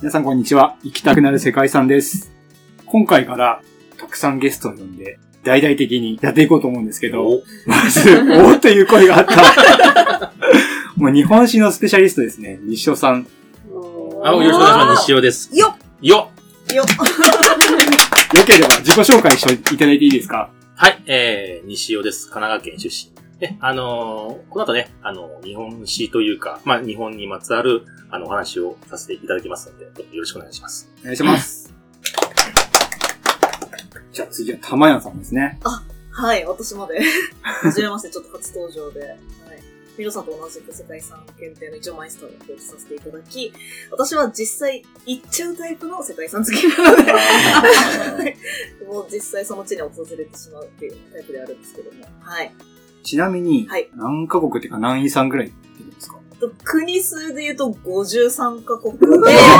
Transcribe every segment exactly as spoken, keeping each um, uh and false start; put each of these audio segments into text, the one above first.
皆さんこんにちは。行きたくなる世界遺産です。今回からたくさんゲストを呼んで大々的にやっていこうと思うんですけど、まず、おーという声があった。もう日本史のスペシャリストですね。西尾さん。 あ、よろしくお願いします。西尾です。 よっよっよっよければ自己紹介していただいていいですか？ はい、えー、西尾です。神奈川県出身。ね、あのー、この後ね、あの、日本史というか、まあ、日本にまつわる、あの、お話をさせていただきますので、よろしくお願いします。 お願いします。じゃあ次は玉屋さんですね。 あ、はい、私まで。はじめまして、ちょっと初登場で。はい。皆さんと同じく世界遺産検定の一応マイスターをコーチさせていただき、私は実際行っちゃうタイプの世界遺産好きなので、もう実際その地に訪れてしまうっていうタイプであるんですけども。はい。 ちなみに、 はい、 何カ国っていうか何遺産ぐらい行ってるんですか？ 国数で言うとごじゅうさんカ国で、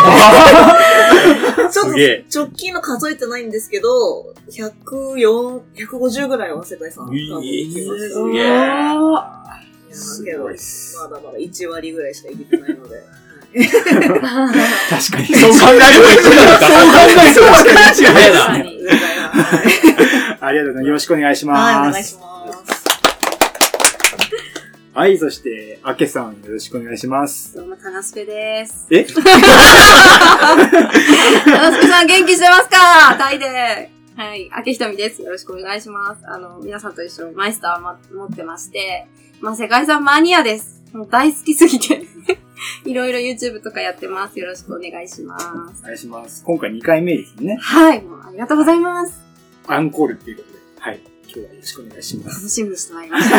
ちょっと直近の数えてないんですけど、ひゃくよん、ひゃくごじゅうぐらいは世界遺産多分行きます。 すげー。 すごいっす。まだまだいち割ぐらいしか行けてないので。 確かに。 そう考えると一緒だから。 そう考えると確かに違いますね。 ありがとうございます。よろしくお願いします。 はい、お願いします。 はい、そして、あけさんよろしくお願いします。 どうも、たなすけです。 えたなすけさん元気してますか？タイで。はい、あけひとみです。よろしくお願いします。あの、皆さんと一緒にマイスターを、ま、持ってまして、まあ、世界遺産マニアです。もう大好きすぎて。いろいろ YouTube とかやってます。よろしくお願いします。 お願いします。今回にかいめですね。 はい、もうありがとうございます。 アンコールっていうことで。はい。今日はよろしくお願いします。 楽しみにしてまいりました。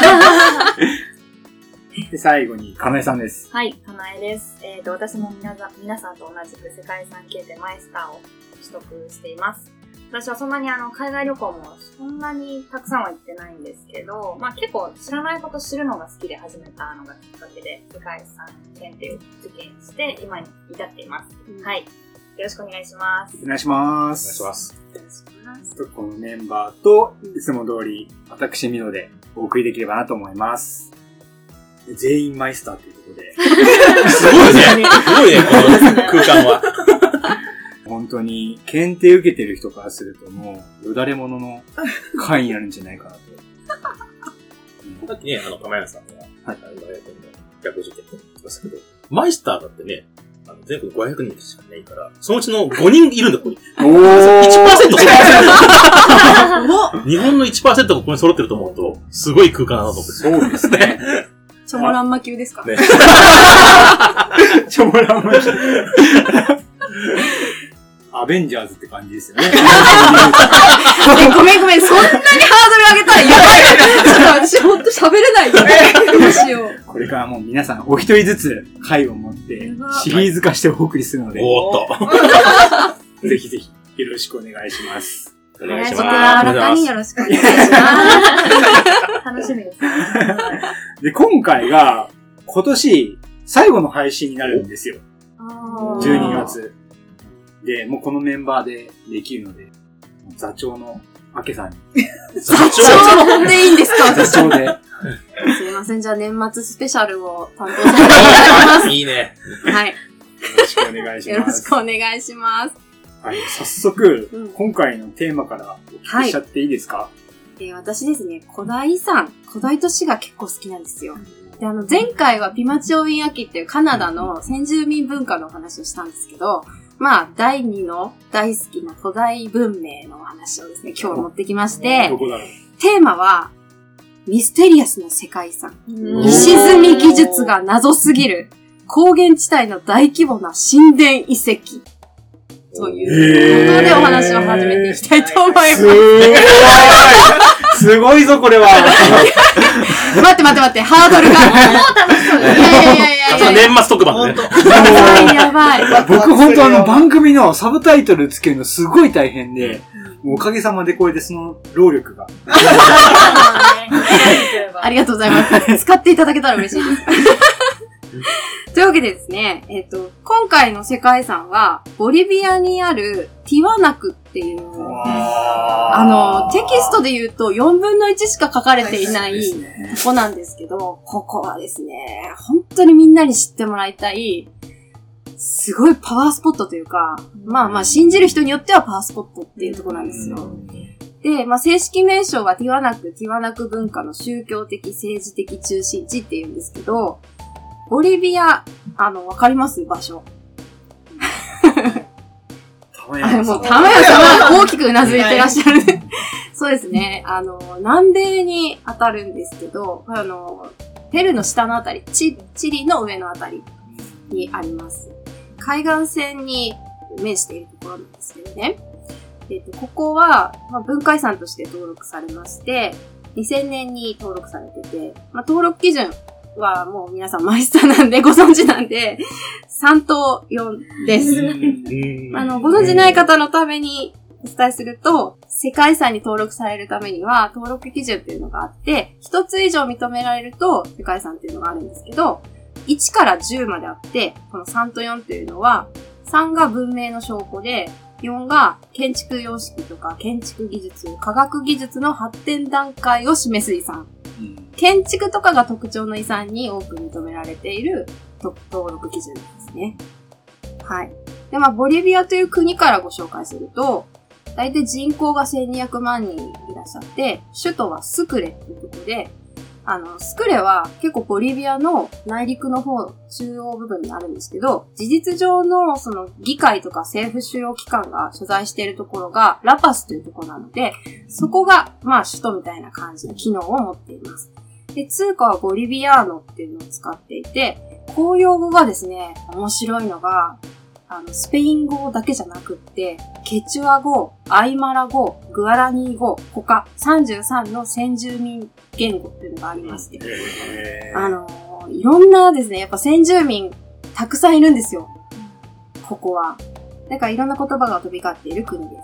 で、最後に、かなえさんです。 はい、かなえです。えっと、私も皆さん、皆さんと同じく世界遺産検定マイスターを取得しています。私はそんなにあの、海外旅行もそんなにたくさんは行ってないんですけど、まあ結構知らないこと知るのが好きで始めたのがきっかけで、世界遺産検定を受験して、今に至っています。うん、はい。よろしくお願いします。 お願いします。 お願いします。 お願いします。 このメンバーと、いつも通り、私、ミノでお送りできればなと思います。全員マイスターということで。 すごいね。すごいね、この空間は。 本当に、検定受けてる人からするともう、よだれものの会になるんじゃないかなと。 さっきね、あの、玉屋さんが、はい、あの、ひゃくごじゅうけんって言ってましたけど、マイスターだってね、あの全国ごひゃくにんしかいないから、そのうちのごにんいるんだ、ここに。 おーいちパーセント 日本の いちパーセント がここに揃ってると思うと、すごい空間だなと思って。 そうですね。 チョモランマ級ですか？ね、 チョモランマ級。アベンジャーズって感じですよね。 ごめんごめん、そんなにハードル上げたらやばい。ちょっと私ほんと喋れないよ。どうしよう。 これからもう皆さんお一人ずつ回を持ってシリーズ化してお送りするので。 おーっと。ぜひぜひよろしくお願いします。 お願いします。 僕は新たによろしくお願いします。 楽しみです。 で、今回が今年最後の配信になるんですよ。じゅうにがつ。で、もうこのメンバーでできるので、座長のあけさんに。 座長でいいんですか？ 座長で。 すいません、じゃあ年末スペシャルを担当させていただきます。 いいね。 はい。 よろしくお願いします。 よろしくお願いします。 はい、早速、うん、今回のテーマからお聞きしちゃっていいですか？ はい、えー、私ですね、古代遺産、古代都市が結構好きなんですよ。で、あの、前回はピマチョウインアキっていうカナダの先住民文化のお話をしたんですけど、まあ、だいにの大好きな古代文明のお話をですね、今日持ってきまして、 どこだろう？ テーマは、ミステリアスな世界遺産。石積み技術が謎すぎる高原地帯の大規模な神殿遺跡。ということでお話を始めていきたいと思います。すごいすごいぞ、これは。 待って待って待って、ハードルが。もう楽しそう。いやいやいやいやいや。 年末特番ね。 やばいやばい。 僕本当あの番組のサブタイトルつけるのすごい大変で、もうおかげさまでこれでその労力が。 ありがとうございます。使っていただけたら嬉しいです。というわけでですね、えっと、今回の世界遺産は、ボリビアにあるティワナクっていう、あの、テキストで言うとよんぶんのいちしか書かれていないとこなんですけど、ここはですね、本当にみんなに知ってもらいたい、 すごいパワースポットというか、まあまあ信じる人によってはパワースポットっていうところなんですよ。で、まあ正式名称はティワナク、ティワナク文化の宗教的政治的中心地っていうんですけど、ボリビア、あの、わかります場所。 玉屋さん。 もう玉屋さんは大きくうなずいてらっしゃる。そうですね。あの、南米に当たるんですけど、あの、ペルーの下のあたり、チ、チリの上のあたりにあります。海岸線に面しているところなんですけどね。えっと、ここは、まあ、文化遺産として登録されまして、にせんねんに登録されてて、まあ、登録基準はもう皆さんマイスターなんでご存知なんで、さんとよんです。あの、ご存知ない方のためにお伝えすると、世界遺産に登録されるためには登録基準っていうのがあって、ひとつ以上認められると世界遺産っていうのがあるんですけど、いちからじゅうまであって、このさんとよんっていうのは、さんが文明の証拠で、よんが建築様式とか建築技術、科学技術の発展段階を示す遺産。建築とかが特徴の遺産に多く認められている登録基準ですね。はい。で、まあ、ボリビアという国からご紹介すると、大体人口がせんにひゃくまんにんいらっしゃって、首都はスクレっていうところで、あの、スクレは結構ボリビアの内陸の方、中央部分にあるんですけど、事実上のその議会とか政府主要機関が所在しているところがラパスというところなので、そこがまあ首都みたいな感じの機能を持っています。で、通貨はボリビアーノっていうのを使っていて、公用語がですね、面白いのが、あの、スペイン語だけじゃなくって、ケチュア語、アイマラ語、グアラニー語、他さんじゅうさんの先住民言語っていうのがありまして、あのー、いろんなですね、やっぱ先住民たくさんいるんですよ。ここは。だからいろんな言葉が飛び交っている国です。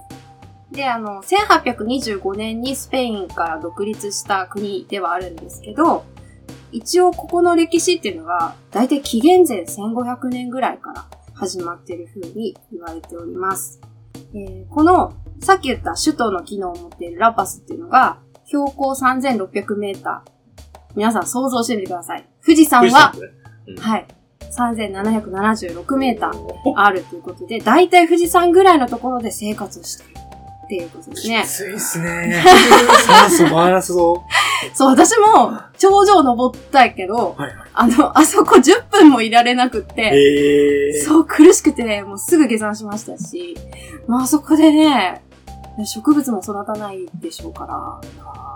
で、あの、せんはっぴゃくにじゅうごねんにスペインから独立した国ではあるんですけど、一応ここの歴史っていうのが、だいたい紀元前せんごひゃくねんぐらいから始まっている風に言われております。えー、この、さっき言った首都の機能を持っているラパスっていうのが、標高さんぜんろっぴゃくメーター。皆さん想像してみてください。富士山は、うん、はい、さんぜんななひゃくななじゅうろくメーターあるということで、だいたい富士山ぐらいのところで生活をしているっていうことですね。 きついっすね。酸素回らすぞ。 そう、私も頂上登ったけど、はいはい、あの、あそこじゅっぷんもいられなくって、 えー、そう、 苦しくて、もうすぐ下山しましたし、まああそこでね、植物も育たないでしょうから、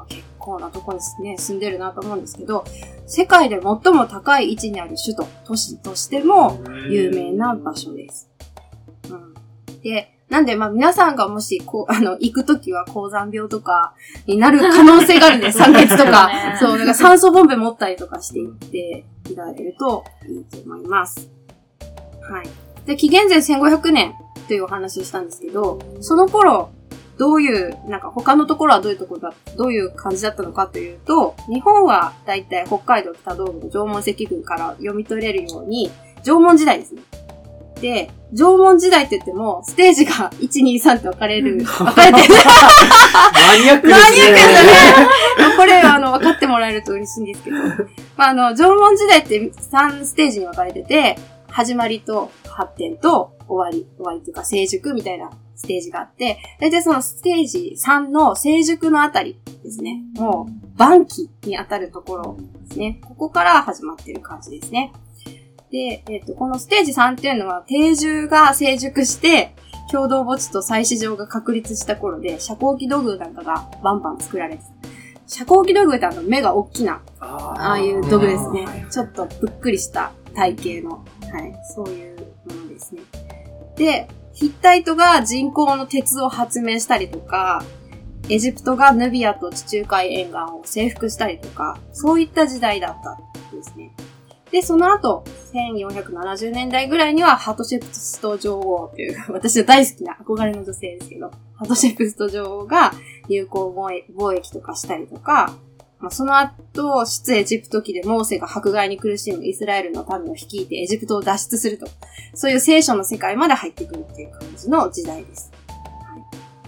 結構なところにね、住んでるなと思うんですけど、世界で最も高い位置にある首都、都市としても有名な場所です。うん、で、なんで、まあ皆さんがもし、こう、あの、行くときは高山病とかになる可能性があるんで、酸欠とか、そう、なんか酸素ボンベ持ったりとかしていっていただけるといいと思います。はい。で、紀元前せんごひゃくねんというお話をしたんですけど、その頃、どういう、なんか他のところはどういうところだ、どういう感じだったのかというと、日本はだいたい北海道北東部の縄文石群から読み取れるように、縄文時代ですね。で、縄文時代って言っても、ステージがいち、に、さんって分かれる、分かれてる。 マニアックですね。マニアックですよね。これ、あの、分かってもらえると嬉しいんですけど。まあ、あの、縄文時代ってさんステージに分かれてて、始まりと発展と終わり、終わりというか成熟みたいなステージがあって、だいたいそのステージさんの成熟のあたりですね。もう、晩期にあたるところですね。ここから始まってる感じですね。で、えっと、このステージさんっていうのは、定住が成熟して、共同墓地と祭祀場が確立した頃で、遮光器土偶なんかがバンバン作られてた。遮光器土偶ってあの目が大きな、ああいう土偶ですね。ちょっとぷっくりした体型の、はい、そういうものですね。で、ヒッタイトが人工の鉄を発明したりとか、エジプトがヌビアと地中海沿岸を征服したりとか、そういった時代だったんですね。で、その後、せんよんひゃくななじゅうねんだいぐらいには、ハトシェプスト女王という、私の大好きな憧れの女性ですけど、ハトシェプスト女王が友好貿易とかしたりとか、まあ、その後、出エジプト期でモーセが迫害に苦しむイスラエルの民を率いてエジプトを脱出すると、そういう聖書の世界まで入ってくるっていう感じの時代です。はい、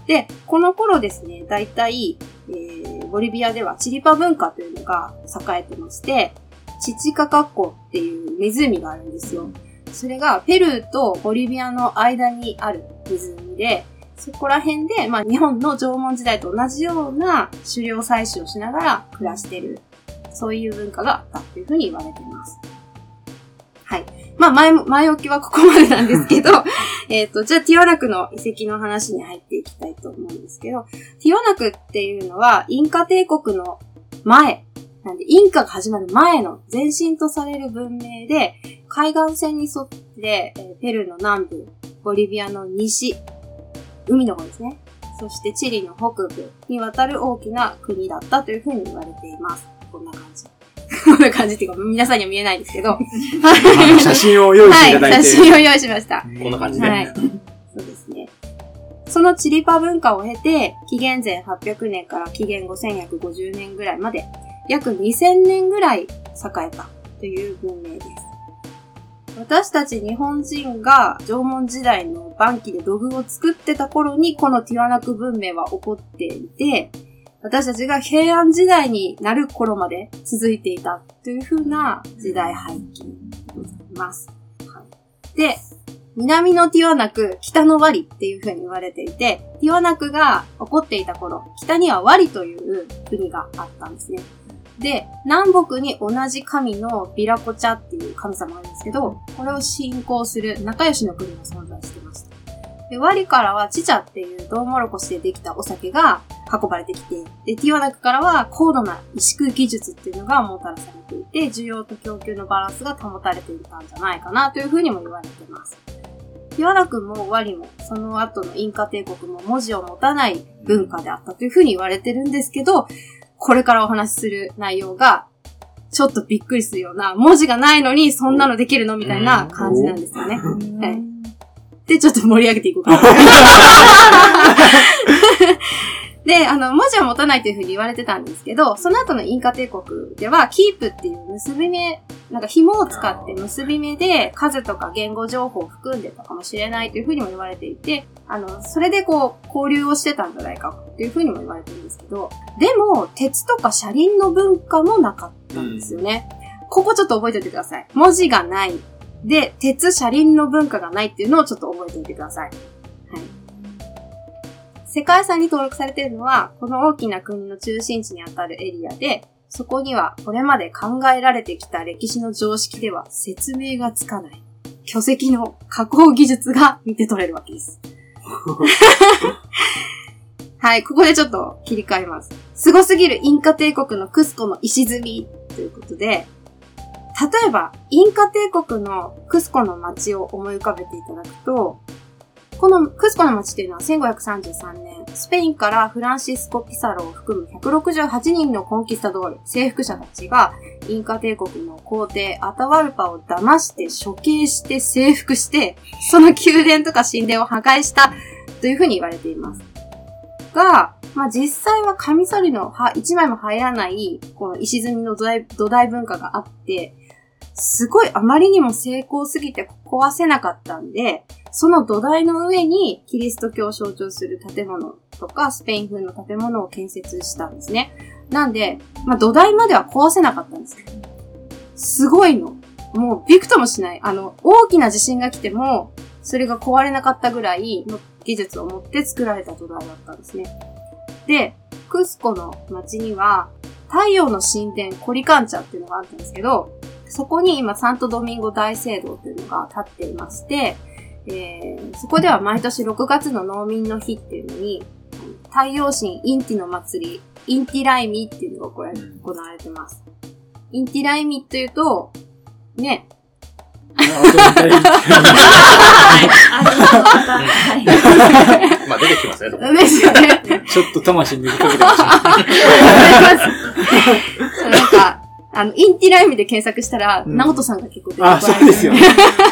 で、この頃ですね、だいたい、えー、ボリビアではチリパ文化というのが栄えてまして、チチカカ湖っていう湖があるんですよ。 それがペルーとボリビアの間にある湖で、そこら辺で、まあ日本の縄文時代と同じような狩猟採取をしながら暮らしてる、そういう文化があったというふうに言われています。はい。まあ前、前置きはここまでなんですけど、えっと、じゃあティワナクの遺跡の話に入っていきたいと思うんですけど、ティワナクっていうのはインカ帝国の前、なんでインカが始まる前の前身とされる文明で、海岸線に沿って、えー、ペルーの南部、ボリビアの西、海の方ですね。そしてチリの北部に渡る大きな国だったというふうに言われています。こんな感じ。こんな感じっていうか、皆さんには見えないんですけど。 写真を用意していただいて。 はい、写真を用意しました。 こんな感じで。 はい。そうですね。そのチリパ文化を経て、紀元前はっぴゃくねんから紀元ごせんひゃくごじゅうねんぐらいまで、約にせんねんぐらい栄えたという文明です。私たち日本人が縄文時代の晩期で土偶を作ってた頃にこのティワナク文明は起こっていて、私たちが平安時代になる頃まで続いていたというふうな時代背景でございます。はい、で、南のティワナク、北のワリっていうふうに言われていて、ティワナクが起こっていた頃、北にはワリという国があったんですね。で、南北に同じ神のビラコチャっていう神様がいるんですけど、これを信仰する仲良しの国が存在してました。で、ワリからはチチャっていうトウモロコシでできたお酒が運ばれてきて、で、ティワナクからは高度な石工技術っていうのがもたらされていて、需要と供給のバランスが保たれていたんじゃないかなというふうにも言われています。ティワナクもワリも、その後のインカ帝国も文字を持たない文化であったというふうに言われてるんですけど、これからお話しする内容が、ちょっとびっくりするような、文字がないのにそんなのできるのみたいな感じなんですよね。はい。で、ちょっと盛り上げていこうかな。で、あの、文字は持たないというふうに言われてたんですけど、その後のインカ帝国では、キープっていう結び目、なんか紐を使って結び目で数とか言語情報を含んでたかもしれないというふうにも言われていて、あの、それでこう、交流をしてたんじゃないかっていうふうにも言われてるんですけど、でも、鉄とか車輪の文化もなかったんですよね。うん、ここちょっと覚えておいてください。文字がない。で、鉄、車輪の文化がないっていうのをちょっと覚えておいてください。はい。世界遺産に登録されているのは、この大きな国の中心地にあたるエリアで、そこにはこれまで考えられてきた歴史の常識では説明がつかない巨石の加工技術が見て取れるわけです。はい、ここでちょっと切り替えます。凄すぎるインカ帝国のクスコの石積みということで、例えば、インカ帝国のクスコの街を思い浮かべていただくと、このクスコの街っていうのはせんごひゃくさんじゅうさんねん、スペインからフランシスコ・ピサロを含むひゃくろくじゅうはちにんのコンキスタドール、征服者たちが、インカ帝国の皇帝アタワルパを騙して処刑して征服して、その宮殿とか神殿を破壊したというふうに言われています。が、まあ、実際はカミソリの一枚も入らない、この石積みの土台、土台文化があって、すごいあまりにも成功すぎて壊せなかったんで、その土台の上にキリスト教を象徴する建物とかスペイン風の建物を建設したんですね。なんで、まあ、土台までは壊せなかったんですけど、すごいの。もうびくともしない。あの、大きな地震が来ても、それが壊れなかったぐらいの技術を持って作られた土台だったんですね。で、クスコの街には、太陽の神殿コリカンチャっていうのがあったんですけど、そこに今サントドミンゴ大聖堂というのが立っていまして、えー、そこでは毎年ろくがつの農民の日っていうのに、太陽神インティの祭り、インティライミっていうのがこれ行われてます。インティライミというと、ね。 まあ出てきますね。 ですよね。 ちょっと魂に抜きかけてました。 なんか、あの、インティライミで検索したら、ナオトさんが結構出てこられてる。 あ、そうですよね。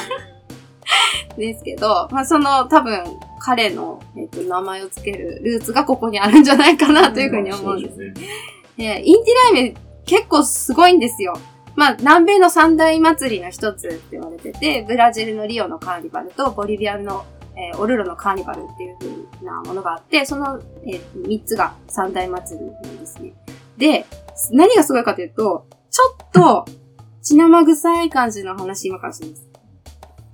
ですけど、まあ、その多分彼の、えっと、名前をつけるルーツがここにあるんじゃないかなというふうに思うんです。うん、そうですね。で、インティライミ結構すごいんですよ。まあ、南米の三大祭りの一つって言われてて、ブラジルのリオのカーニバルとボリビアの、えー、オルロのカーニバルっていう風なものがあって、その、えー、三つが三大祭りなんですね。で、何がすごいかというと、ちょっと血生臭い感じの話今からします。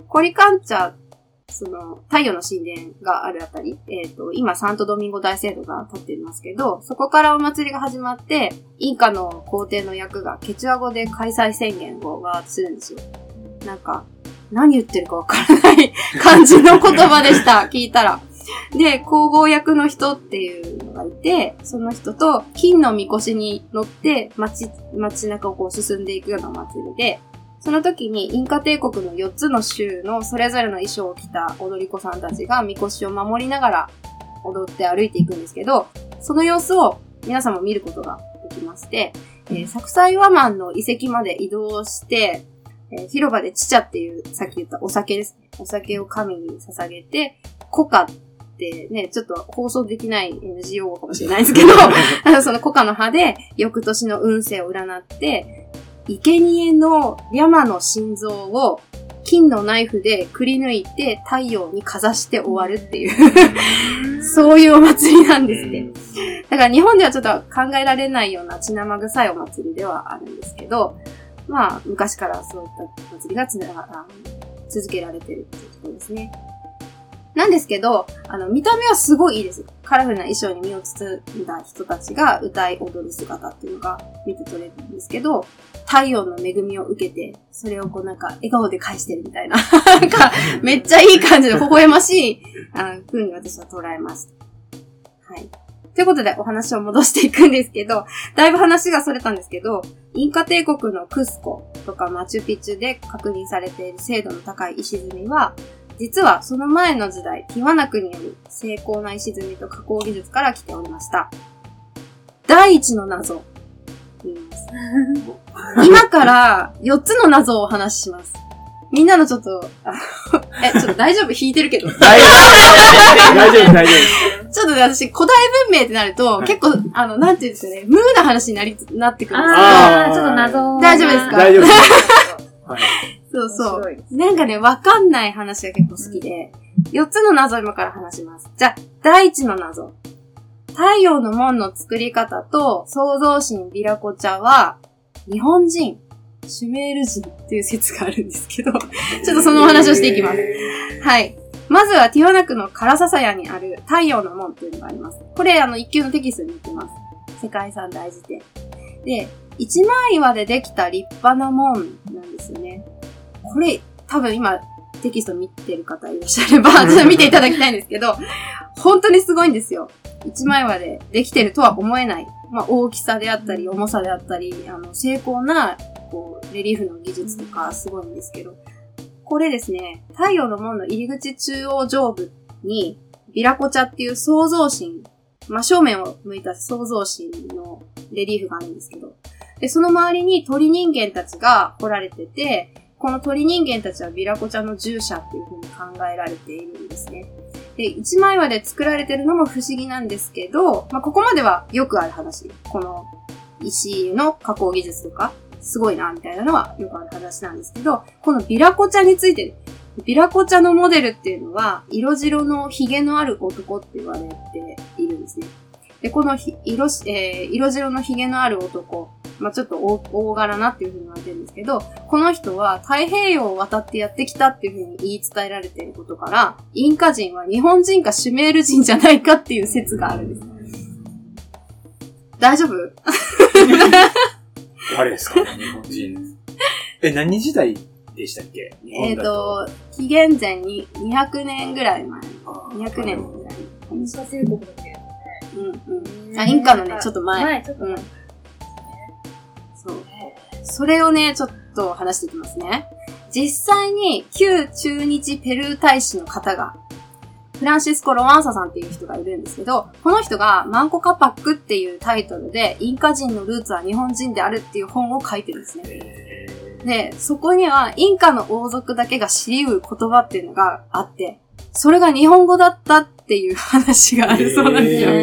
コリカンチャ、その、太陽の神殿があるあたり、えっと、今、サントドミンゴ大聖堂が建っていますけど、そこからお祭りが始まって、インカの皇帝の役がケチュア語で開催宣言をわーっとするんですよ。なんか、何言ってるかわからない感じの言葉でした、聞いたら。で、皇后役の人っていうのがいて、その人と金のみこしに乗って街、街中をこう進んでいくようなお祭りで、その時にインカ帝国のよっつの州のそれぞれの衣装を着た踊り子さんたちがみこしを守りながら踊って歩いていくんですけど、その様子を皆さんも見ることができまして、えー、サクサイワマンの遺跡まで移動して、えー、広場でチチャっていうさっき言ったお酒ですね。お酒を神に捧げて、コカってね、ちょっと放送できない エヌジーオー かもしれないですけど、そのコカの葉で翌年の運勢を占って、生贄のリャマの心臓を金のナイフでくり抜いて太陽にかざして終わるっていうそういうお祭りなんですね。だから日本ではちょっと考えられないような血生臭いお祭りではあるんですけど、まあ昔からそういった祭りがつなが続けられてるっていうところですね。なんですけど、あの、見た目はすごいいいです。カラフルな衣装に身を包んだ人たちが歌い踊る姿っていうのが見て取れるんですけど、太陽の恵みを受けて、それをこうなんか笑顔で返してるみたいな、なんかめっちゃいい感じで微笑ましい風に私は捉えました。はい。ということでお話を戻していくんですけど、だいぶ話がそれたんですけど、インカ帝国のクスコとかマチュピチュで確認されている精度の高い石積みは、実はその前の時代、ティワナクによる精巧な石積みと加工技術から来ておりました。第一の謎。言います今からよっつの謎をお話しします。みんなのちょっと、あえ、ちょっと大丈夫引いてるけど。 大丈夫大丈夫大丈夫。 ちょっとね、私、古代文明ってなると、結構、あの、なんていうんですかね、無な話になり、なってくるんですけど。 あー、ちょっと謎。 大丈夫ですか？ 大丈夫です。はい、 そうそう。なんかね、わかんない話が結構好きで、よっつの謎を今から話します。じゃあ、第一の謎。太陽の門の作り方と創造神ビラコチャは、日本人、シュメール人っていう説があるんですけど、ちょっとそのお話をしていきます。はい。まずはティワナクのカラササヤにある太陽の門っていうのがあります。これ、あの、一級のテキストに載ってます。世界遺産大辞典。で、一枚岩でできた立派な門なんですよね。これ、多分今、テキスト見てる方いらっしゃれば、ちょっと見ていただきたいんですけど、本当にすごいんですよ。一枚岩でできてるとは思えない。まあ、大きさであったり、重さであったり、あの、精巧な、こう、レリーフの技術とかすごいんですけど、これですね、太陽の門の入り口中央上部に、ビラコチャっていう創造神、真正面を向いた創造神のレリーフがあるんですけど、で、その周りに鳥人間たちが彫られてて、この鳥人間たちはビラコチャの従者っていう風に考えられているんですね。で、一枚岩で作られてるのも不思議なんですけど、まあ、ここまではよくある話。この石の加工技術とか、すごいな、みたいなのはよくある話なんですけど、このビラコチャについて、ビラコチャのモデルっていうのは、色白の髭のある男って言われているんですね。で、この色、えー、色白の髭のある男、まあ、ちょっと 大, 大柄なっていう風に言われてるんですけど、この人は太平洋を渡ってやってきたっていう風に言い伝えられていることから、インカ人は日本人かシュメール人じゃないかっていう説があるんです。大丈夫？ 誰ですか日本人。え、何時代でしたっけ？ えっと、紀元前ににひゃくねんぐらい前。にひゃくねんぐらい。 インカ帝国だけどね。 うんうん。あ、インカのね、ちょっと前。 前、ちょっと前。うん、 そう。それをね、ちょっと話していきますね。実際に、旧駐日ペルー大使の方が、フランシスコ・ロワンサさんっていう人がいるんですけど、この人がマンコカパックっていうタイトルで、インカ人のルーツは日本人であるっていう本を書いてるんですね。で、そこには、インカの王族だけが知り得る言葉っていうのがあって、それが日本語だったっていう話があるそうなんですよ。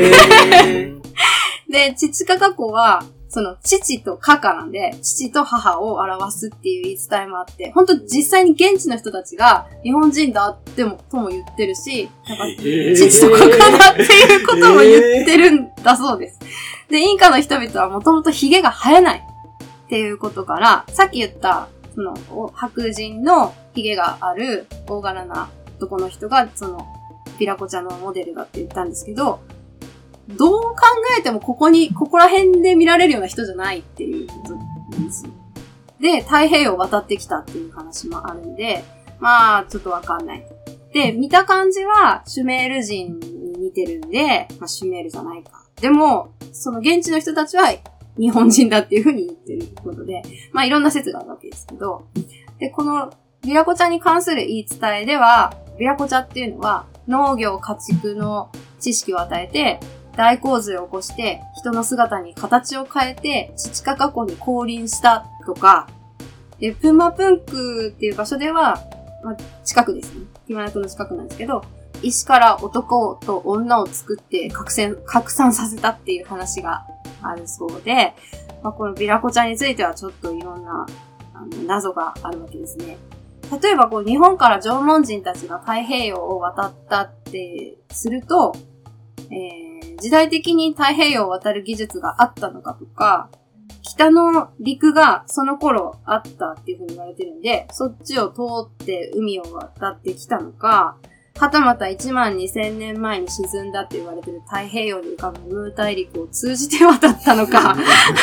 で、チチカカコは、その、父とカカなんで、父と母を表すっていう言い伝えもあって、本当実際に現地の人たちが日本人だっても、とも言ってるし、なんか、父とカカだっていうことも言ってるんだそうです。で、インカの人々はもともとヒゲが生えないっていうことから、さっき言ったその、白人の髭がある大柄な男の人が、その、ビラコちゃんのモデルだって言ったんですけど、どう考えてもここに、ここら辺で見られるような人じゃないっていうことなんですよ。で、太平洋を渡ってきたっていう話もあるんで、まあ、ちょっとわかんない。で、見た感じは、シュメール人に似てるんで、まあ、シュメールじゃないか。でも、その現地の人たちは日本人だっていうふうに言ってることで、まあ、いろんな説があるわけですけど、で、このビラコチャに関する言い伝えでは、ビラコチャっていうのは農業家畜の知識を与えて、大洪水を起こして人の姿に形を変えてチチカカ湖に降臨したとか、で、プンマプンクっていう場所では、まあ、近くですね。ティワナクの近くなんですけど、石から男と女を作って拡散、拡散させたっていう話があるそうで、まあ、このビラコチャについてはちょっといろんなあの謎があるわけですね。例えばこう日本から縄文人たちが太平洋を渡ったってすると、えー、時代的に太平洋を渡る技術があったのかとか、北の陸がその頃あったっていうふうに言われてるんで、そっちを通って海を渡ってきたのか、はたまたいちまんにせんねんまえに沈んだって言われてる太平洋に浮かぶムー大陸を通じて渡ったのか。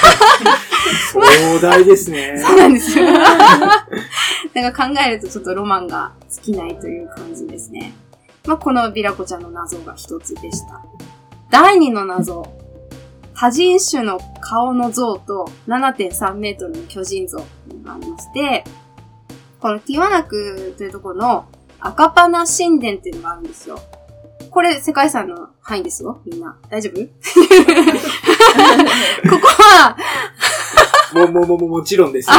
壮大ですね。 そうなんですよ。なんか考えるとちょっとロマンが尽きないという感じですね。まあ、このビラコちゃんの謎が一つでした。第二の謎。多人種の顔の像と ななてんさんメートルの巨人像がありまして、このティワナクというところのアカパナ神殿っていうのがあるんですよ。これ世界遺産の範囲ですよ、みんな。大丈夫？ここは、 も、も、も、も、もちろんですよ。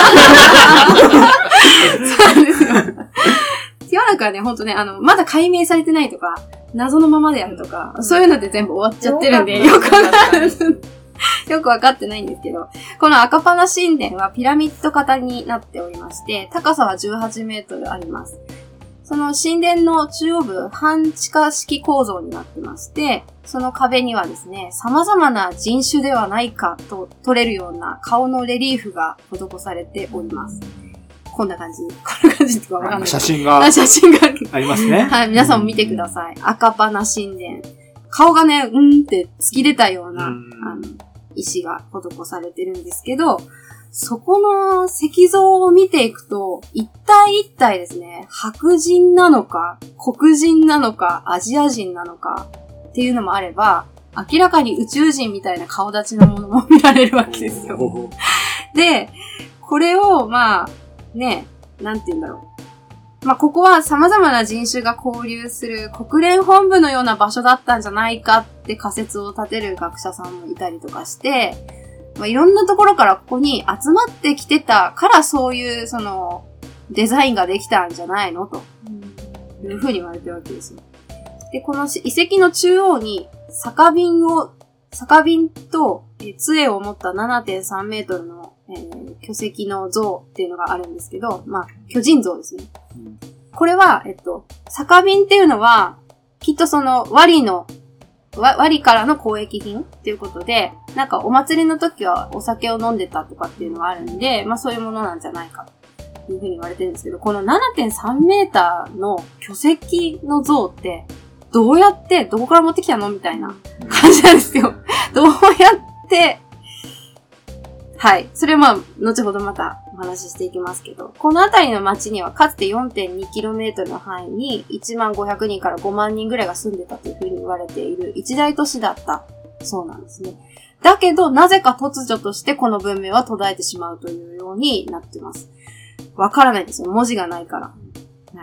そうですよ。ティワナクはね、ほんとね、あの、まだ解明されてないとか、謎のままであるとか、そういうので全部終わっちゃってるんで、よくわかる。よくわかってないんですけど、このアカパナ神殿はピラミッド型になっておりまして、高さはじゅうはちメートルあります。その神殿の中央部、半地下式構造になってまして、その壁にはですね、様々な人種ではないかと取れるような顔のレリーフが施されております。こんな感じ。こんな感じとかわかんない。 写真が。 あ、写真がありますね。 はい、皆さんも見てください。赤パナ神殿。顔がね、うんって突き出たような、あの、石が施されてるんですけど、そこの石像を見ていくと、一体一体ですね、白人なのか、黒人なのか、アジア人なのかっていうのもあれば、明らかに宇宙人みたいな顔立ちのものも見られるわけですよ。で、これを、まあ、ね、なんて言うんだろう。まあ、ここは様々な人種が交流する国連本部のような場所だったんじゃないかって仮説を立てる学者さんもいたりとかして、まあ、いろんなところからここに集まってきてたからそういうそのデザインができたんじゃないのというふうに言われてるわけですよ。で、この遺跡の中央に酒瓶を、酒瓶と杖を持った ななてんさんメートルのえー、巨石の像っていうのがあるんですけど、まあ、巨人像ですね。うん、これは、えっと、酒瓶っていうのは、きっとその、ワリの、ワリからの交易品っていうことで、なんかお祭りの時はお酒を飲んでたとかっていうのがあるんで、まあそういうものなんじゃないかというふうに言われてるんですけど、この ななてんさんメーターの巨石の像って、どうやって、どこから持ってきたのみたいな感じなんですよ。どうやって、はい。それはまあ、後ほどまたお話ししていきますけど、この辺りの町にはかつて よんてんにキロメートル の範囲にいちまんごひゃくにんからごまんにんぐらいが住んでたというふうに言われている一大都市だったそうなんですね。だけど、なぜか突如としてこの文明は途絶えてしまうというようになってます。わからないですよ。文字がないから。はい。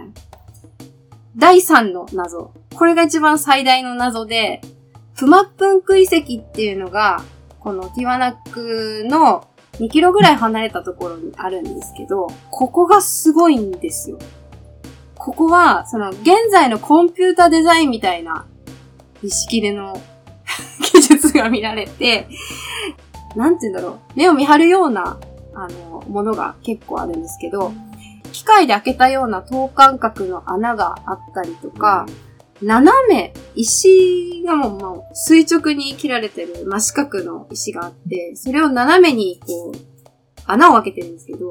だいさんの謎。これが一番最大の謎で、プマップンク遺跡っていうのが、このティワナクのにキロぐらい離れたところにあるんですけど、ここがすごいんですよ。ここは、その、現在のコンピュータデザインみたいな、石切れの技術が見られて、なんて言うんだろう、目を見張るような、あの、ものが結構あるんですけど、機械で開けたような等間隔の穴があったりとか、斜め、石がもう、もう垂直に切られてる真四角の石があって、それを斜めにこう、穴を開けてるんですけど、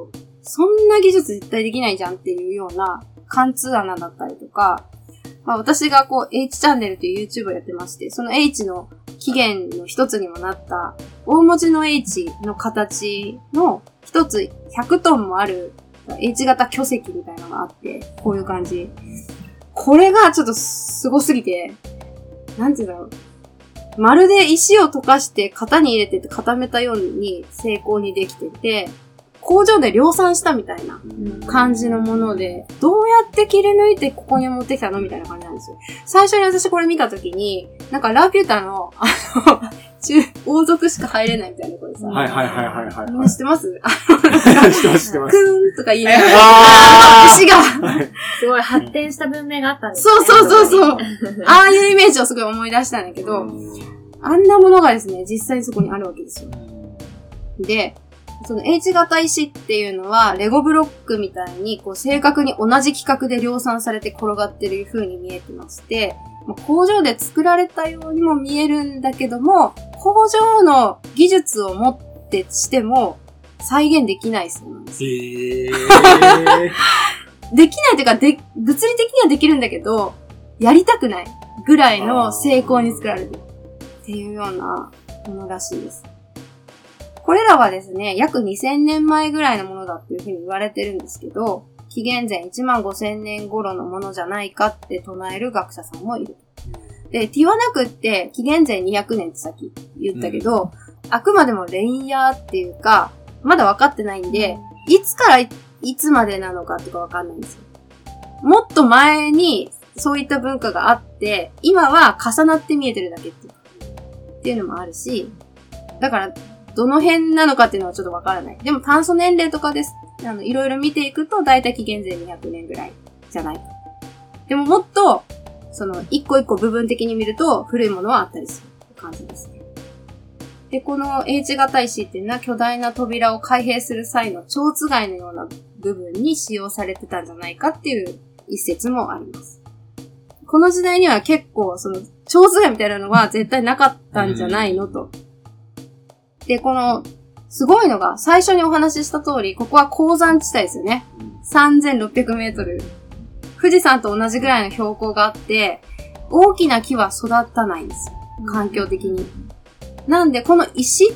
そんな技術絶対できないじゃんっていうような貫通穴だったりとか、まあ私がこう H チャンネルという YouTube をやってまして、その H の起源の一つにもなった大文字の H の形の一つひゃくトンもある H 型巨石みたいなのがあって、こういう感じ。これがちょっとすごすぎて、なんていうんだろう。まるで石を溶かして型に入れて固めたように精巧にできてて、工場で量産したみたいな感じのもので、どうやって切り抜いてここに持ってきたのみたいな感じなんですよ。最初に私これ見たときに、なんかラピュタの、あの、中、王族しか入れないみたいなこれさ。 はいはいはいはいはい。 みんな知ってます？ 知ってます知ってます。 クーンとか言いながら、 あ石が。 すごい発展した文明があったんですね。そうそうそうそう。 う。 ああいうイメージをすごい思い出したんだけど、あんなものがですね、実際にそこにあるわけですよ。で、その H 型石っていうのは、レゴブロックみたいに、こう、正確に同じ規格で量産されて転がってる風に見えてまして、工場で作られたようにも見えるんだけども、工場の技術を持ってしても、再現できないそうなんですよ。 へー。 できないというか、で、物理的にはできるんだけど、やりたくないぐらいの成功に作られてるっていうようなものらしいです。これらはですね、約にせんねんまえぐらいのものだっていうふうに言われてるんですけど、紀元前いちまんごせんねん頃のものじゃないかって唱える学者さんもいる。で、ティワナクって紀元前にひゃくねんってさっき言ったけど、うん、あくまでもレイヤーっていうか、まだ分かってないんで、いつから い, いつまでなのかとか分かんないんですよ。もっと前にそういった文化があって、今は重なって見えてるだけっていう、っていうのもあるし、だから、どの辺なのかっていうのはちょっとわからない。でも炭素年齢とかです。あの、いろいろ見ていくと、だいたい紀元前にひゃくねんぐらいじゃないか。でももっと、その、一個一個部分的に見ると、古いものはあったりする感じですね。で、この H 型石っていうのは、巨大な扉を開閉する際の蝶つがいのような部分に使用されてたんじゃないかっていう一説もあります。この時代には結構、その、蝶つがいみたいなのは絶対なかったんじゃないのと。で、この、すごいのが、最初にお話しした通り、ここは高山地帯ですよね。さんぜんろっぴゃくメートル。富士山と同じぐらいの標高があって、大きな木は育たないんですよ。環境的に。なんで、この石って、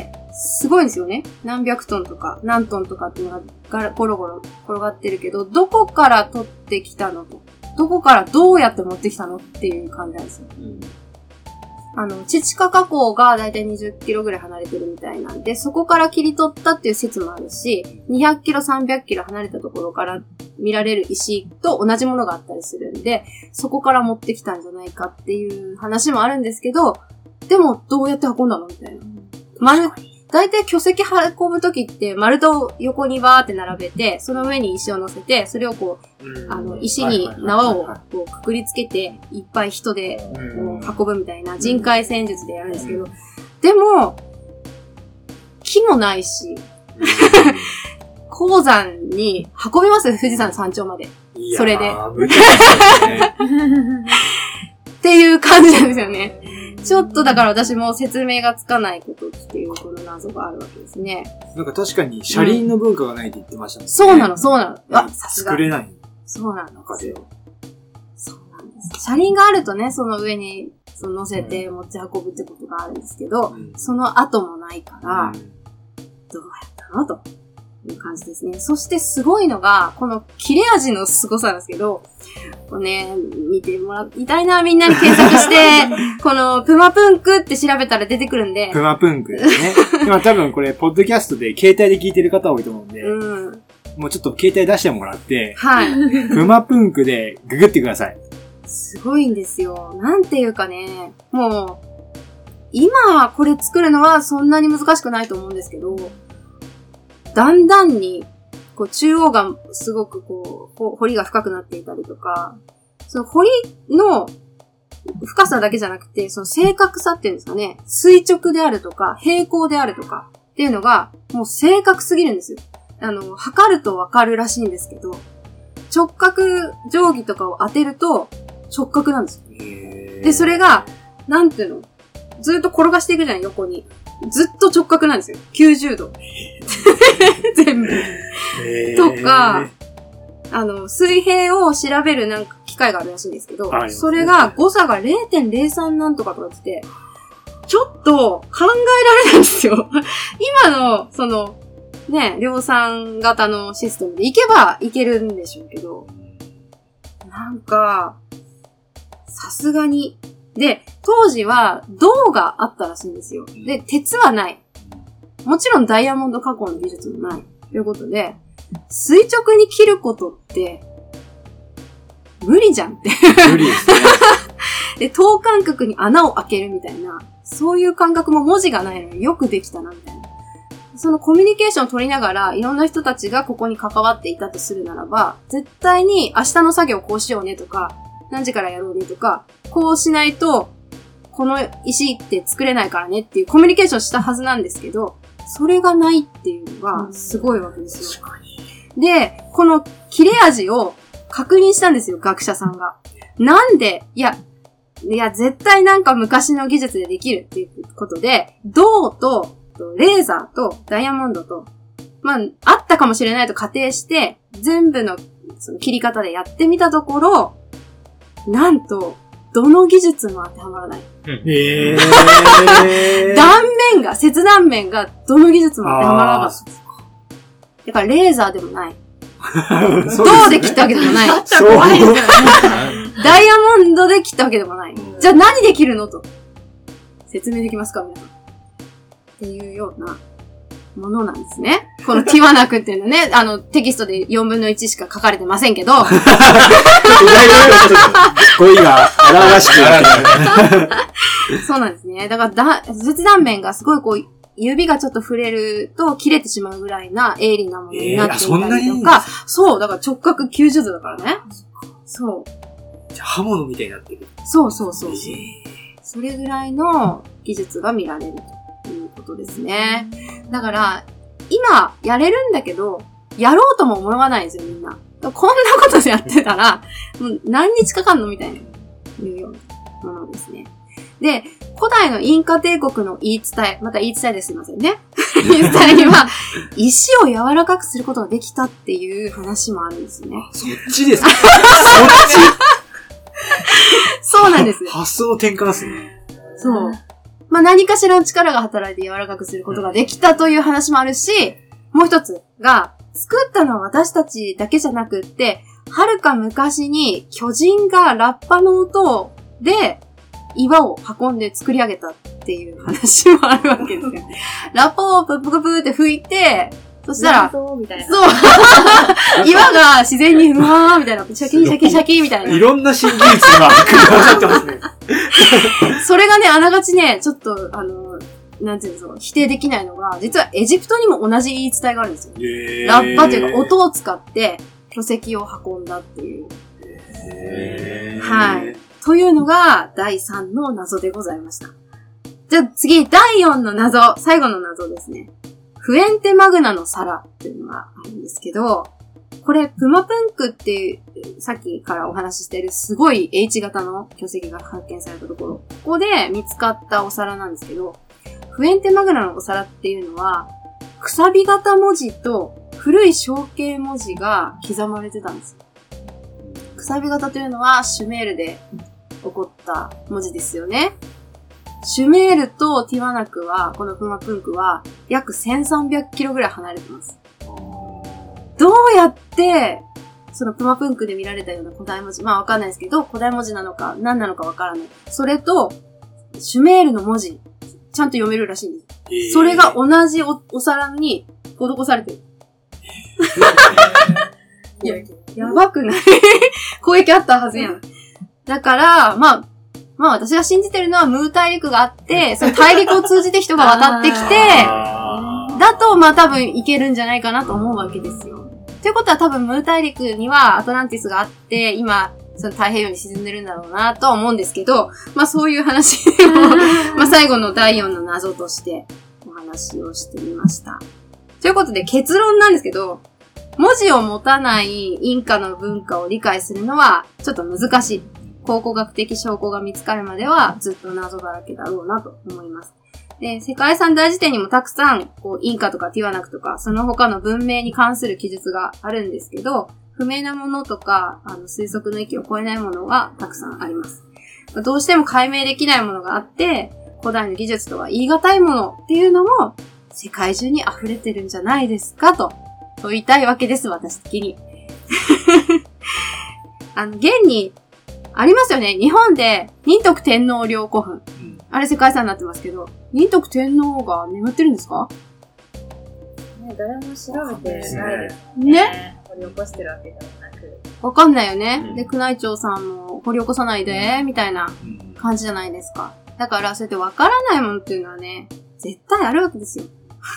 すごいんですよね。何百トンとか、何トンとかっていうのがゴロゴロ転がってるけど、どこから取ってきたのと。どこからどうやって持ってきたのっていう感じなんですよ。うんあの、チチカ火口がだいたいにじゅっキロぐらい離れてるみたいなんで、そこから切り取ったっていう説もあるし、にひゃくキロ、さんびゃくキロ離れたところから見られる石と同じものがあったりするんで、そこから持ってきたんじゃないかっていう話もあるんですけど、でもどうやって運んだのみたいな。丸、だいたい巨石運ぶときって丸太を横にバーって並べて、その上に石を乗せて、それをこう、あの、石に縄をこうくくりつけて、いっぱい人でこう運ぶみたいな人海戦術でやるんですけど、でも、木もないし、鉱山に運びます富士山山頂まで。それで。っていう感じなんですよね。ちょっとだから私も説明がつかないことっていうこの謎があるわけですね。 なんか確かに車輪の文化がないって言ってましたもんね。 そうなの、そうなの。あ、さすが。 作れない。 そうなんですよ。そうなんです。車輪があるとね、その上にその乗せて持ち運ぶってことがあるんですけど、うん、その後もないから、うん、どうやったのという感じですね。そしてすごいのが、この切れ味の凄さなんですけど、こうね、見てもらいたいな、みんなに検索して、このプマプンクって調べたら出てくるんで。 プマプンクですね。今多分これ、ポッドキャストで携帯で聞いてる方多いと思うんで、うん、もうちょっと携帯出してもらって、はい。プマプンクでググってください。 すごいんですよ。なんていうかね、もう、今これ作るのはそんなに難しくないと思うんですけど、だんだんに、こう中央がすごくこう、彫りが深くなっていたりとか、その彫りの深さだけじゃなくて、その正確さっていうんですかね、垂直であるとか、平行であるとかっていうのが、もう正確すぎるんですよ。あの、測るとわかるらしいんですけど、直角定規とかを当てると直角なんですよ。で、それが、なんていうのずっと転がしていくじゃん、横に。ずっと直角なんですよ。きゅうじゅうど。全部。 とか、あの、水平を調べるなんか機械があるらしいんですけど、それが誤差が れいてんれいさん なんとかとかってて、ちょっと考えられないんですよ。今の、その、ね、量産型のシステムでいけばいけるんでしょうけど、なんか、さすがに。で、当時は銅があったらしいんですよ。で、鉄はない。もちろんダイヤモンド加工の技術もない。ということで、垂直に切ることって、無理じゃんって。 無理ですね。 で、等間隔に穴を開けるみたいな、そういう感覚も文字がないのによくできたな、みたいな。そのコミュニケーションを取りながら、いろんな人たちがここに関わっていたとするならば、絶対に明日の作業こうしようねとか、何時からやろうねとか、こうしないと、この石って作れないからねっていうコミュニケーションしたはずなんですけど、それがないっていうのがすごいわけですよ。確かに。で、この切れ味を確認したんですよ、学者さんが。なんで、いや、いや、絶対なんか昔の技術でできるっていうことで、銅と、レーザーとダイヤモンドと、まあ、あったかもしれないと仮定して、全部のその切り方でやってみたところ、なんと、どの技術も当てはまらない。 えー、断面が、切断面がどの技術も当てはまらなかった。だからレーザーでもない。銅で切ったわけでもない。 そう怖いですよね。ダイヤモンドで切ったわけでもない。じゃあ何で切るのと。説明できますか皆さん。っていうようなものなんですね。このティワナクっていうのね、あの、テキストでよんぶんのいちしか書かれてませんけど。 語彙が荒々しくそうなんですね。だからだ、切断面がすごいこう、指がちょっと触れると切れてしまうぐらいな鋭利なものになっていたりとか、えー、そんなにいいんですか？そう、だから直角きゅうじゅうどだからね。そう。 じゃあ刃物みたいになってる。 そうそうそう。えー、それぐらいの技術が見られるということですね。だから、今やれるんだけど、やろうとも思わないんですよ、みんな。こんなことでやってたら、もう何日かかんのみたいな、いうようなものですね。で、古代のインカ帝国の言い伝え、また言い伝えですいませんね。言い伝えには、石を柔らかくすることができたっていう話もあるんですね。 そっちですか？そっちそうなんです。 発想の転換ですね。 そう。まあ、何かしらの力が働いて柔らかくすることができたという話もあるし、もう一つが、作ったのは私たちだけじゃなくって、はるか昔に巨人がラッパの音で岩を運んで作り上げたっていう話もあるわけですよ。ラッパをプップププって吹いて、そしたら、 そうみたいな。 そう岩が自然にうわーみたいな、シャキシャキシャキみたいな。 いろんな新技術が組み合わさってますね。 それがね、あながちね、ちょっと、あの、なんていうの、否定できないのが、実はエジプトにも同じ言い伝えがあるんですよ。ラッパというか、音を使って巨石を運んだっていう。はい。というのが、だいさんの謎でございました。じゃあ次、だいよんの謎、最後の謎ですね。フエンテマグナの皿っていうのがあるんですけど、これ、プマプンクっていう、さっきからお話ししているすごい H 型の巨石が発見されたところ、ここで見つかったお皿なんですけど、フエンテマグナのお皿っていうのは、くさび型文字と古い象形文字が刻まれてたんですよ。くさび型というのはシュメールで起こった文字ですよね。シュメールとティワナクは、このプマプンクは約せんさんびゃくキロぐらい離れてます。どうやって、そのプマプンクで見られたような古代文字、まあわかんないですけど、古代文字なのか何なのかわからない。それと、シュメールの文字、ちゃんと読めるらしいんです。えー、それが同じ お, お皿に施されてる。いや、やばくない攻撃あったはずやん。だから、まあ、まあ私が信じてるのはムー大陸があって、その大陸を通じて人が渡ってきて、だとまあ多分いけるんじゃないかなと思うわけですよ。ということは多分ムー大陸にはアトランティスがあって、今、その太平洋に沈んでるんだろうなとは思うんですけど、まあそういう話を、まあ最後のだいよんの謎としてお話をしてみました。ということで結論なんですけど、文字を持たないインカの文化を理解するのはちょっと難しい。考古学的証拠が見つかるまではずっと謎だらけだろうなと思います。 で、世界遺産大辞典にもたくさん、こう、インカとかティワナクとか、その他の文明に関する記述があるんですけど、不明なものとか、あの、推測の域を超えないものがたくさんあります。どうしても解明できないものがあって、古代の技術とは言い難いものっていうのも、世界中に溢れてるんじゃないですかと、と言いたいわけです、私的に。あの、現に、ありますよね。日本で、仁徳天皇陵古墳。あれ世界遺産になってますけど、仁徳天皇が眠ってるんですか？ ね、誰も調べてないですね。 ね。掘り起こしてるわけでもなく。 わかんないよね。 うん、 で、宮内庁さんも掘り起こさないで、みたいな感じじゃないですか。だから、そうやってわからないものっていうのはね、絶対あるわけですよ。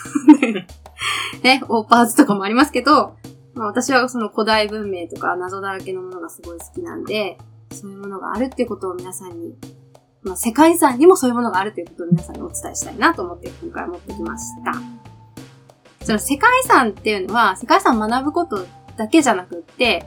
ね、オーパーズとかもありますけど、まあ、私はその古代文明とか謎だらけのものがすごい好きなんで、そういうものがあるっていうことを皆さんに、まあ、世界遺産にもそういうものがあるということを皆さんにお伝えしたいなと思って今回持ってきました。その世界遺産っていうのは、世界遺産を学ぶことだけじゃなくって、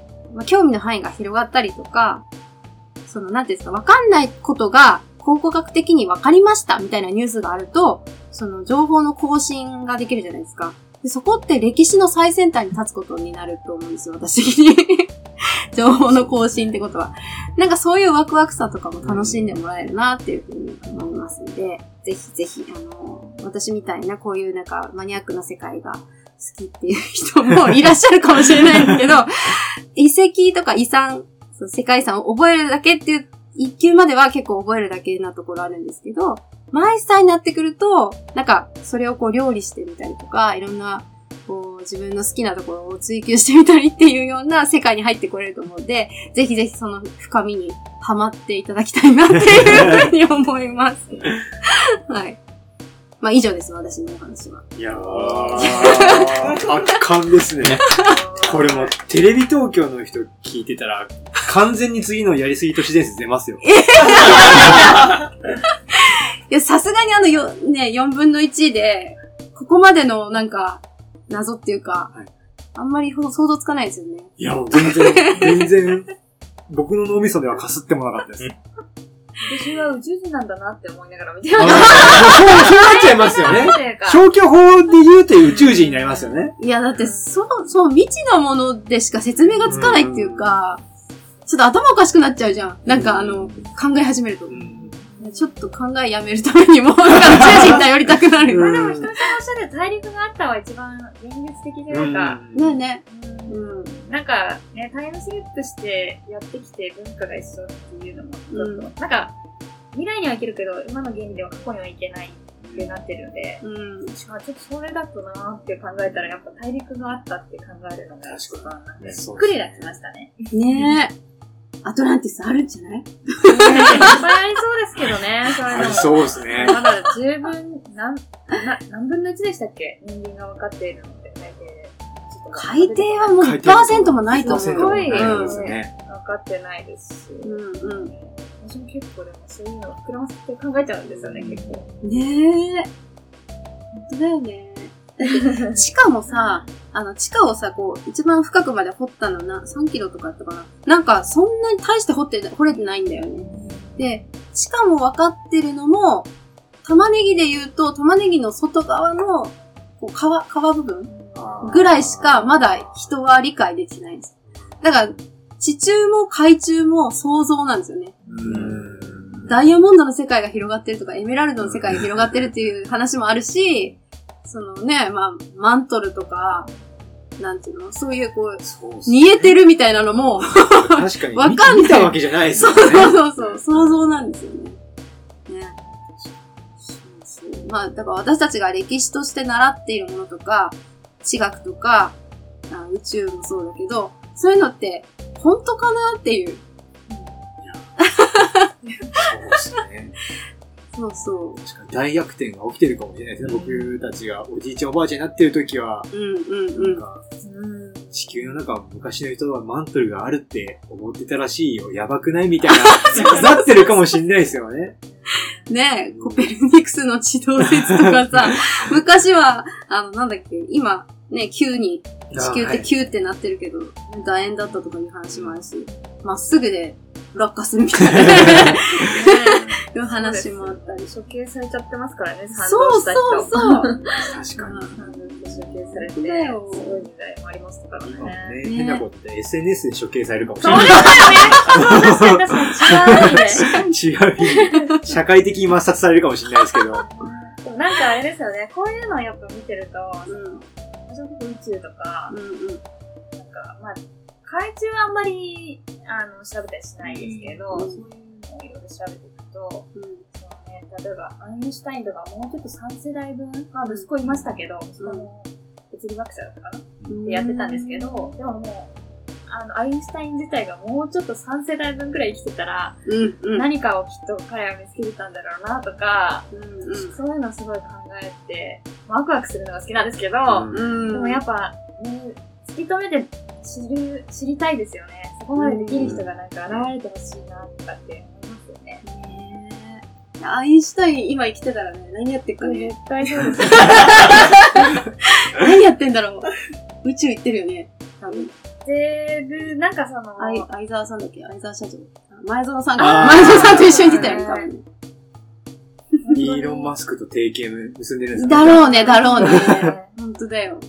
まあ、興味の範囲が広がったりとか、その、なんていうんですか、わかんないことが考古学的にわかりましたみたいなニュースがあると、その情報の更新ができるじゃないですか。でそこって歴史の最先端に立つことになると思うんですよ、私的に。情報の更新ってことは。なんかそういうワクワクさとかも楽しんでもらえるなっていうふうに思いますので、ぜひぜひ、あの、私みたいなこういうなんかマニアックな世界が好きっていう人もいらっしゃるかもしれないんだけど、遺跡とか遺産、そう世界遺産を覚えるだけっていう、一級までは結構覚えるだけなところあるんですけど、マイスターになってくると、なんかそれをこう料理してみたりとか、いろんなこう自分の好きなところを追求してみたりっていうような世界に入ってこれると思うので、ぜひぜひその深みにハマっていただきたいなっていうふうに思います。はい。まあ以上です、私のお話は。 いやー、圧巻ですね。これもテレビ東京の人聞いてたら、完全に次のやりすぎ都市伝説出ますよ。 いや、さすがにあのよ、ね、よんぶんのいちで、ここまでのなんか、謎っていうか、はい、あんまり想像つかないですよね。 いや、もう全然、全然、僕の脳みそではかすってもなかったです。 私は宇宙人なんだなって思いながら見てました。 そう、そうなっちゃいますよね。消去法で言うと宇宙人になりますよね。 いや、だって、そう、そう、未知のものでしか説明がつかないっていうか、うちょっと頭おかしくなっちゃうじゃん。なんかあの、考え始めると。ちょっと考えやめるためにも、なんか宇宙人頼りたくなる。 まあでも、人のおっしゃる大陸があったは一番現実的というか。 ねえね。 うん。なんか、ね、タイムスリップしてやってきて文化が一緒っていうのも、ちょっと、うん、なんか、未来には行けるけど、今の原理では過去には行けないってなってるので、うん。ちょっとそれだとなーって考えたら、やっぱ大陸があったって考えるのが一番なんで、びっくりなりましたね。 ねえ。アトランティスあるんじゃない？いっぱいありそうですけどね、そういうのも。 ありそうですね。 まだ十分、何、な、何分のいちでしたっけ？人間が分かっているのって海底で。 海底はもう いちパーセント もないと思う。 すごい、 うんですね。 分かってないですし。 うんうん。 私も結構でもそういうのを膨らませて考えちゃうんですよね、結構。 ねえ。本当だよね。地下もさ、あの、地下をさ、こう、一番深くまで掘ったのな、さんキロとかだったかな。なんか、そんなに大して掘って、掘れてないんだよね。で、地下も分かってるのも、玉ねぎで言うと、玉ねぎの外側の、こう、皮、皮部分ぐらいしか、まだ人は理解できてないんです。だから、地中も海中も想像なんですよね。ダイヤモンドの世界が広がってるとか、エメラルドの世界が広がってるっていう話もあるし、そのね、まあ、マントルとか、なんていうの、そういうこう、そうね、煮えてるみたいなのも、 確かに。わかんない。見たわけじゃないですよね。 そうそうそう、想像なんですよね。ね。そうそう。まあ、だから私たちが歴史として習っているものとか、地学とか、あ宇宙もそうだけど、そういうのって、本当かなっていう。いやそうですね。 そうそう。 確かに大逆転が起きてるかもしれないですね。うん、僕たちがおじいちゃんおばあちゃんになってる時は、 うんうんうん。 なんか、地球の中は昔の人はマントルがあるって思ってたらしいよ。やばくないみたいな、なってるかもしれないですよね。 ねえ、コペルニクスの地動説とかさ、昔は、あの、なんだっけ、今、ね、きゅうに、地球ってきゅうってなってるけど、楕円だったとかいう話もあるし、まっすぐで落下するみたいないう話もあったり。 処刑されちゃってますからね、賛そう同した人。 そうそう。 確かに。 賛同して処刑されて、す本当だよごい時代もありましたからね。 今もね、 ね変なことで エスエヌエス で処刑されるかもしそうれない。 ですよね。確かに確かに違う意味で。 違う意味。社会的に抹殺されるかもしれないですけど。 でもなんかあれですよね、こういうのをやっぱ見てると、 うん私は結構宇宙とか、 うんうんなんか、まあ、海中はあんまり、あの、調べたりしないですけど、 うんそういうのをいろいろ調べていくと、 うんそうね、例えば、アインシュタインとかもうちょっとさん世代分、まあ、息子いましたけど、息子も物理学者だったかな、 うんでやってたんですけど、でももう、あの、アインシュタイン自体がもうちょっとさん世代分くらい生きてたら、 うんうん何かをきっと彼は見つけてたんだろうなとか、 うんうんそういうのをすごい考えて、ワクワクするのが好きなんですけど、 うんでもやっぱ、ね、突き止めて知る、知りたいですよね。そこまでできる人がなんか現れてほしいなとかって思いますよね。 ねえアインシュタイン今生きてたらね、何やってっかね。 絶対そうですよ。 何やってんだろう。宇宙行ってるよね。多分。 で、でなんかその、 あい相沢さんだっけ相沢社長。前園さんあか。 ー前園さんと一緒に出たよね、多分ね。 イーロン・マスクと提携結んでるんですかだろうね、だろうね。 ねほんとだよ。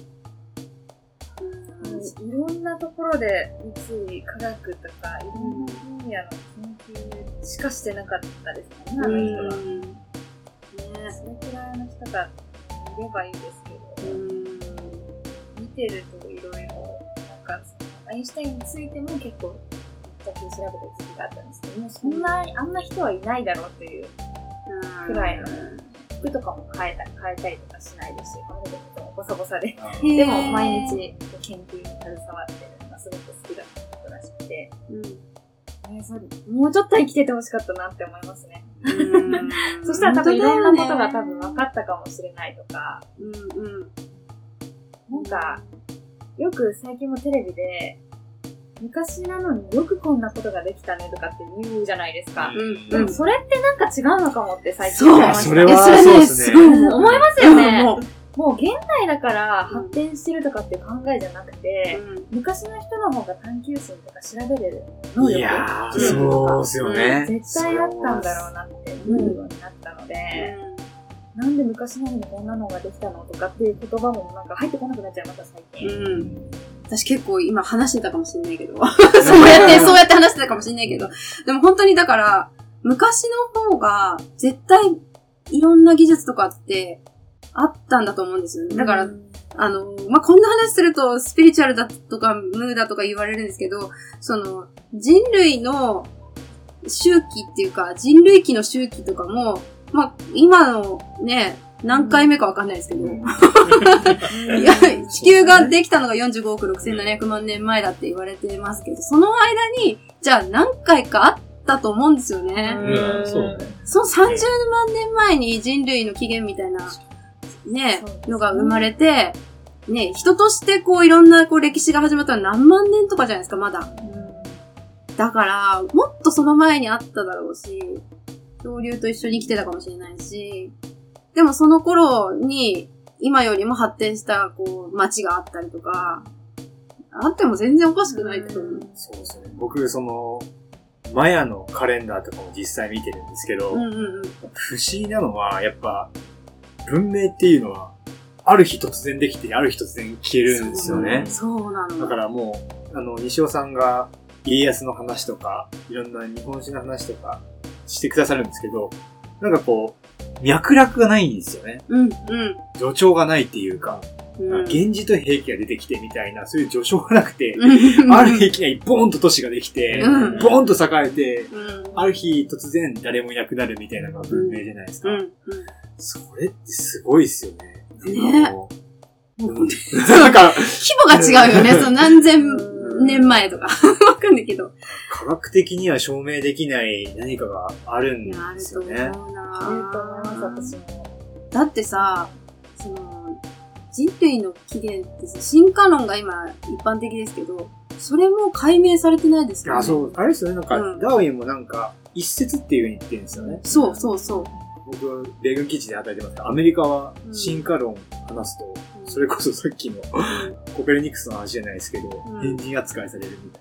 いろんなところで物理、科学とか、いろんな分野の研究しかしてなかったですもんね、あの人は。 うん。ねそれくらいの人がいればいいですけど、 うん。 見てるといろいろ、なんか、アインシュタインについても結構、だけ調べた時期があったんですけど、もうそんな、あんな人はいないだろうというくらいの、服とかも変えた、変えたりとかしないですし、髪の毛もボサボサで。でも、毎日研究に携わってるのがすごく好きだったことらしくて、 うん。 ね、そうもうちょっと生きててほしかったなって思いますね。 うんそしたら多分いろんなことが多分分かったかもしれないとか、 うんうん。 なんか、よく最近もテレビで、昔なのによくこんなことができたねとかって言うじゃないですか。 うんでもそれってなんか違うのかもって最近そう思いました。 それはえ、それね、 そうですねすごい思う。 思いますよね。 もうもう現代だから発展してるとかっていう考えじゃなくて、昔の人の方が探求心とか調べれる能力いやー、 知力とかそうですよね。 絶対あったんだろうなって思うようになったので、なんで昔なのにこんなのができたのとかっていう言葉もなんか入ってこなくなっちゃいました最近。 うん。うん。私結構今話してたかもしれないけど、そうやって、そうやって話してたかもしれないけど、でも本当にだから、昔の方が絶対いろんな技術とかってあったんだと思うんですよね。だから、あの、まあ、こんな話するとスピリチュアルだとかムーだとか言われるんですけど、その人類の周期っていうか、人類期の周期とかも、まあ、今のね、何回目かわかんないですけど、いや、地球ができたのがよんじゅうごおくろくせんななひゃくまんねんまえだって言われてますけど、その間に、じゃあ何回かあったと思うんですよね。 うん、そうね。 そのさんじゅうまんねんまえに人類の起源みたいな、ねそうですね、 のが生まれて、ね、人としてこういろんなこう歴史が始まったのは何万年とかじゃないですか、まだ。だから、もっとその前にあっただろうし、恐竜と一緒に生きてたかもしれないし、でもその頃に、今よりも発展した、こう、街があったりとか、あっても全然おかしくないと思う。 そうですね。僕、その、マヤのカレンダーとかも実際見てるんですけど、 うんうんうん。 不思議なのは、やっぱ、文明っていうのは、ある日突然できて、ある日突然消えるんですよね。 そうなの。 だからもう、あの、西尾さんが家康の話とか、いろんな日本史の話とかしてくださるんですけど、なんかこう、脈絡がないんですよね。 うん、うん。 助長がないっていうか、 うん、 源氏と兵器が出てきてみたいな、そういう助長がなくて、 うんある日いきなりボーンと都市ができて、 うんボーンと栄えて、 うん、 ある日突然誰もいなくなるみたいなのが文明じゃないですか。 うん、うん。 それってすごいですよね。 ねもううんなんか、 規模が違うよね。その何千年前とか。わかんないけど。 科学的には証明できない何かがあるんいや、あると思ですよね。 うなあると思います、私も。 だってさ、その、人類の起源ってさ、進化論が今一般的ですけど、それも解明されてないですからね。 あ、そう、あれですよね。なんか、 うんダーウィンもなんか、一説っていう風に言ってるんですよね。 そうそうそう。 僕、米軍基地で働いてますから、アメリカは進化論話すと、 うんそれこそさっきのコペルニクスの話じゃないですけど、 うん変人扱いされるみたい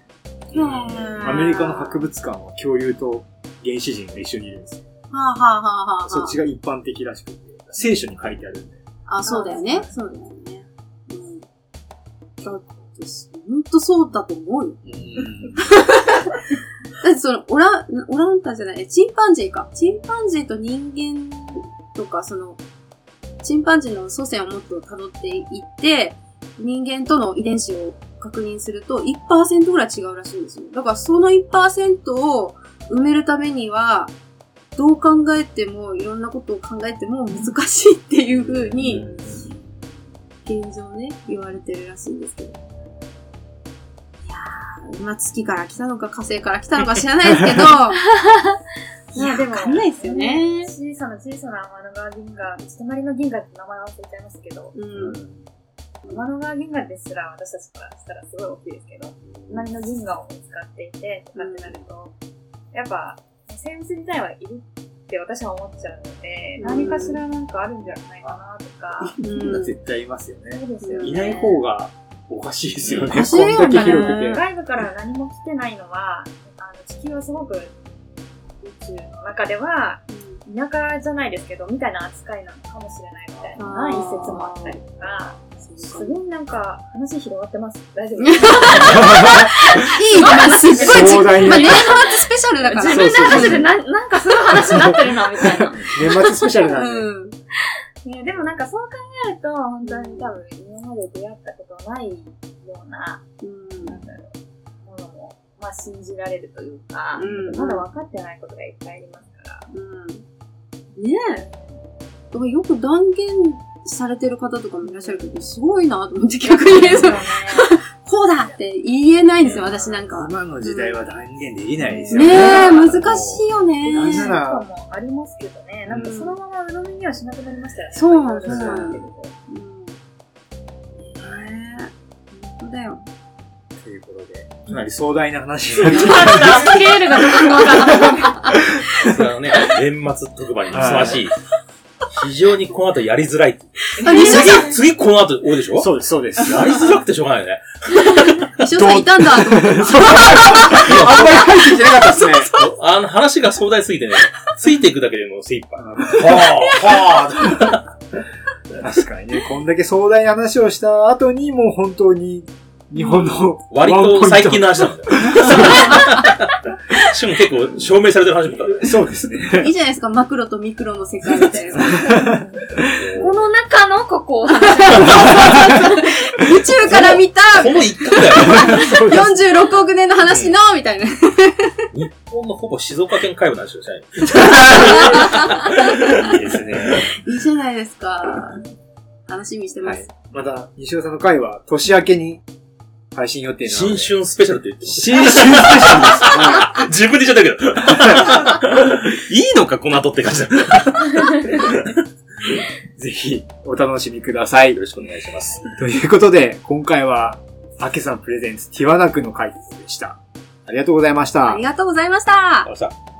アメリカの博物館は恐竜と原始人が一緒にいるんですよ。 はあはあはあはあ。 そっちが一般的らしくて、聖書に書いてあるんで。 あ、そうだよね。そうだよね。うん。だって、ほんとそうだと思うよ。だってその、オラン、オランウータンじゃない、チンパンジーか。チンパンジーと人間とか、その、チンパンジーの祖先をもっと辿っていって、人間との遺伝子を確認すると いちパーセント ぐらい違うらしいんですよ。だからその いちパーセント を埋めるためには、どう考えても、いろんなことを考えても難しいっていう風に、現状ね、言われてるらしいんですけど。いやー、まあ、月から来たのか火星から来たのか知らないですけど、 いや、でも、 わかんないですよね。 小さな小さな天の川銀河、隣の銀河って名前忘れちゃいましたけど、 うん。 天の川銀河ですら私たちからしたらすごい大きいですけど、隣の銀河を使っていて、とかってなると、やっぱ、生物自体はいるって私は思っちゃうので、 うん、 何かしらなんかあるんじゃないかなとか。 うん、絶対いますよね。 そうですよね。 いない方がおかしいですよね。 おかしいよね。 こんだけ広くて。 外部から何も来てないのは、あの地球はすごく宇宙の中では、田舎じゃないですけど、みたいな扱いなのかもしれないみたいな一説もあったりとか、すごいなんか話広がってます。大丈夫ですか？ いい、まあ、すっごい、 壮大なまあ、年末スペシャルだから。 自分で話してな、なんかすごい話になってるな、みたいな。 年末スペシャルなんで。 うん。 ね、でもなんかそう考えると、本当に多分今まで出会ったことないような、 うん、 なんだろう、ものも、まあ信じられるというか、 うん、 まだ分かってないことがいっぱいありますから。 うん。ねえ。だからよく断言されてる方とかもいらっしゃるけど、すごいなと思って逆に言うと、こうだって言えないんですよ、私なんか。 今の時代は断言できないですよね。 ねえ、難しいよね。 なんならとかもありますけどね、なんかそのまま鵜呑みにはしなくなりましたよね。 そうなんですよ。 うん。 ねえ、本当だよ。 ということで、かなり壮大な話になってきスケールがどこにもわからない。 それはね、年末特番にふさわしい。非常にこの後やりづらい。 あ、西尾さん、 次、次この後多いでしょ？ そうです、そうです。 やりづらくてしょうがないよね。 西尾さんいたんだと思って。 あんまり入ってきてなかったですね。 あの、話が壮大すぎてね、ついていくだけでもう精一杯。はぁ、はぁ。 確かにね、こんだけ壮大な話をした後に、もう本当に、日本の、 割と最近の話なんだよ。しかも結構証明されてる話もかそうですね。 いいじゃないですか、マクロとミクロの世界みたいな。 この中のここを話宇宙から見たこの一角だよ。 よんじゅうろくおくねんの話のみたいな。 日本のほぼ静岡県海部の話をしたい。いいですね。 いいじゃないですか。楽しみにしてます。 はい、また、西尾さんの回は年明けに配信予定なので。 新春スペシャルって言ってます。 新春スペシャルです。 自分で言っちゃったけど。いいのか、この後って感じだ。 ぜひ、お楽しみください。 よろしくお願いします。 ということで、今回は、あけさんプレゼンツティワナクの回でした。ありがとうございました。 ありがとうございました。 ありがとうございました。